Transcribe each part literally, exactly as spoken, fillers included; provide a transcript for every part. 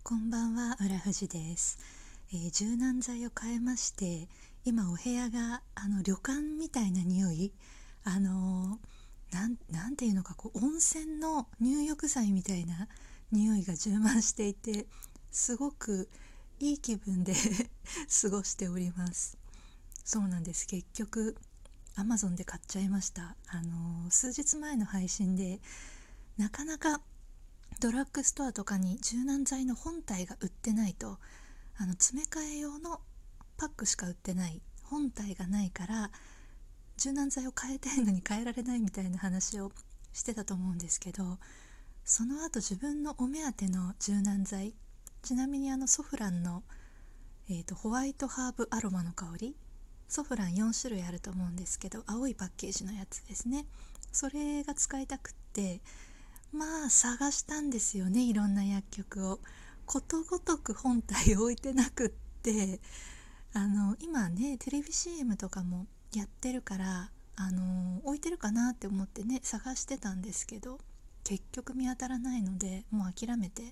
こんばんは、浦富です、えー、柔軟剤を変えまして、今お部屋があの旅館みたいな匂い、あのー、なん、なんていうのか、こう温泉の入浴剤みたいな匂いが充満していて、すごくいい気分で過ごしております。そうなんです。結局 Amazon で買っちゃいました。あのー、数日前の配信でなかなかドラッグストアとかに柔軟剤の本体が売ってないと、あの詰め替え用のパックしか売ってない、本体がないから柔軟剤を変えたいのに変えられないみたいな話をしてたと思うんですけど、その後自分のお目当ての柔軟剤、ちなみにあのソフランの、えーと、ホワイトハーブアロマの香り、ソフランよん種類あると思うんですけど、青いパッケージのやつですね。それが使いたくって、まあ探したんですよね、いろんな薬局を。ことごとく本体置いてなくって、あの今ねテレビ シーエム とかもやってるから、あの置いてるかなって思ってね探してたんですけど、結局見当たらないので、もう諦めて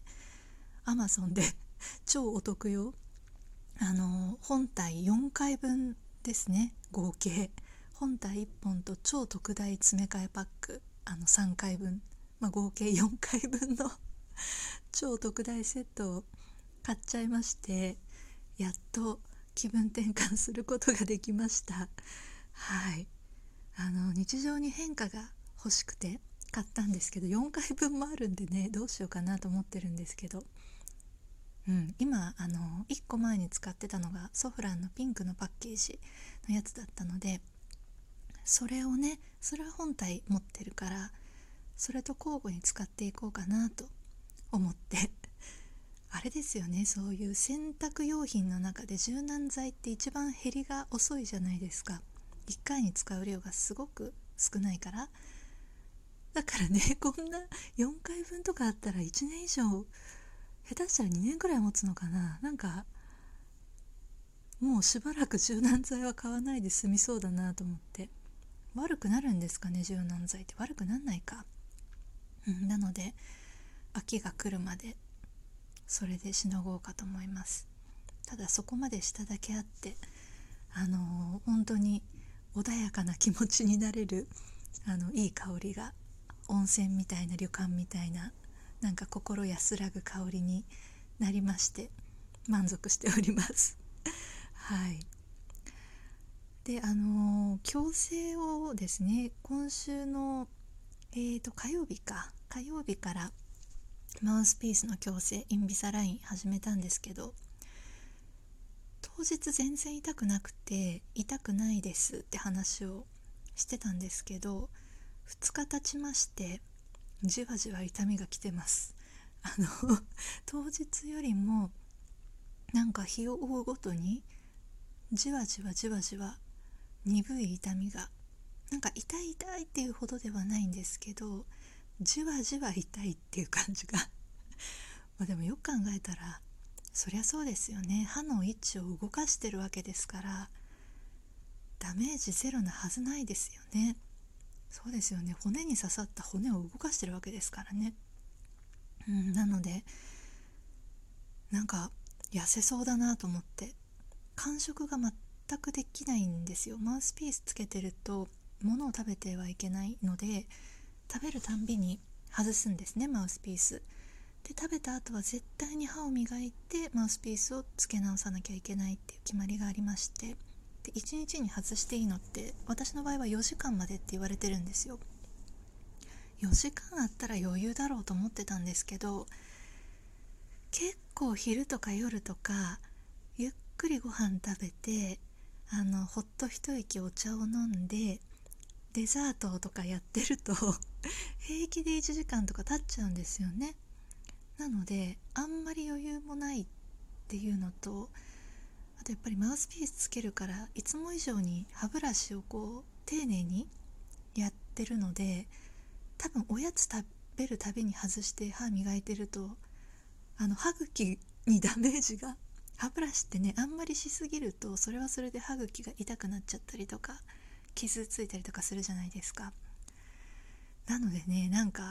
Amazon で超お得よ、あの本体よんかいぶんですね、合計本体いっぽんと超特大詰め替えパック、あのさんかいぶん、まあ、合計よんかいぶんの超特大セットを買っちゃいまして、やっと気分転換することができました。はい、あの日常に変化が欲しくて買ったんですけど、よんかいぶんもあるんでね、どうしようかなと思ってるんですけど、うん、今あのいっこまえに使ってたのがソフランのピンクのパッケージのやつだったので、それをね、それは本体持ってるから、それと交互に使っていこうかなと思ってあれですよね、そういう洗濯用品の中で柔軟剤って一番減りが遅いじゃないですか。いっかいに使う量がすごく少ないから。だからね、こんなよんかいぶんとかあったらいちねん以上、下手したらにねんくらい持つのかな。なんかもうしばらく柔軟剤は買わないで済みそうだなと思って。悪くなるんですかね、柔軟剤って。悪くなんないか、うん、なので秋が来るまでそれでしのごうかと思います。ただそこまでしただけあって、あのー、本当に穏やかな気持ちになれる、あのいい香りが、温泉みたいな旅館みたいな、なんか心安らぐ香りになりまして、満足しておりますはい。で、あのー、矯正をですね、今週の、えーと火曜日か火曜日からマウスピースの矯正、インビサライン始めたんですけど、当日全然痛くなくて、痛くないですって話をしてたんですけど、ふつか経ちましてじわじわ痛みが来てます。あの当日よりもなんか日を追うごとにじわじわじわじわ鈍い痛みが、なんか痛い痛いっていうほどではないんですけど、じわじわ痛いっていう感じがまあでもよく考えたらそりゃそうですよね。歯の位置を動かしてるわけですから、ダメージゼロなはずないですよね。そうですよね。骨に刺さった骨を動かしてるわけですからね。うん、なのでなんか痩せそうだなと思って、間食が全くできないんですよ。マウスピースつけてると物を食べてはいけないので、食べるたんびに外すんですね、マウスピースで。食べた後は絶対に歯を磨いてマウスピースをつけ直さなきゃいけないっていう決まりがありまして、でいちにちに外していいのって私の場合はよじかんまでって言われてるんですよ。よじかんあったら余裕だろうと思ってたんですけど、結構昼とか夜とかゆっくりご飯食べて、あのほっと一息お茶を飲んでデザートとかやってると平気でいちじかんとか経っちゃうんですよね。なのであんまり余裕もないっていうのと、あとやっぱりマウスピースつけるからいつも以上に歯ブラシをこう丁寧にやってるので、多分おやつ食べるたびに外して歯磨いてると、あの歯茎にダメージが、歯ブラシってね、あんまりしすぎるとそれはそれで歯茎が痛くなっちゃったりとか傷ついたりとかするじゃないですか。なのでね、なんか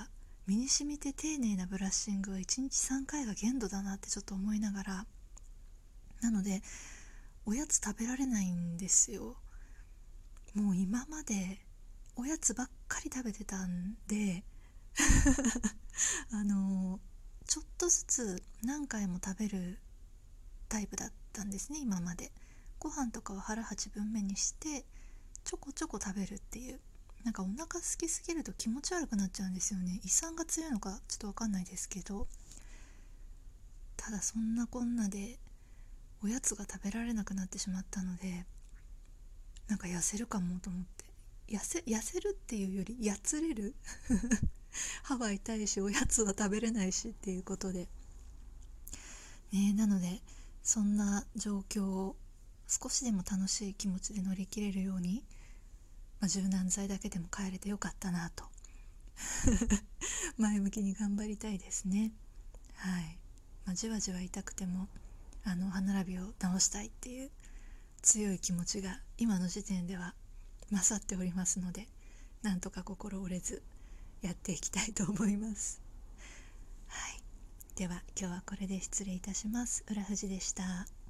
身に染みて丁寧なブラッシングはいちにちさんかいが限度だなってちょっと思いながら、なのでおやつ食べられないんですよ。もう今までおやつばっかり食べてたんであのちょっとずつ何回も食べるタイプだったんですね。今までご飯とかは腹八分目にしてちょこちょこ食べるっていう、なんかお腹空きすぎると気持ち悪くなっちゃうんですよね。胃酸が強いのかちょっと分かんないですけど、ただそんなこんなでおやつが食べられなくなってしまったので、なんか痩せるかもと思って、痩せ、痩せるっていうよりやつれる歯は痛いしおやつは食べれないしっていうことで、ね、なのでそんな状況を少しでも楽しい気持ちで乗り切れるように、まあ、柔軟剤だけでも帰れてよかったなと前向きに頑張りたいですね。はい、まあ、じわじわ痛くてもあの歯並びを直したいっていう強い気持ちが今の時点では勝っておりますので、なんとか心折れずやっていきたいと思います。はい、では今日はこれで失礼いたします。浦富士でした。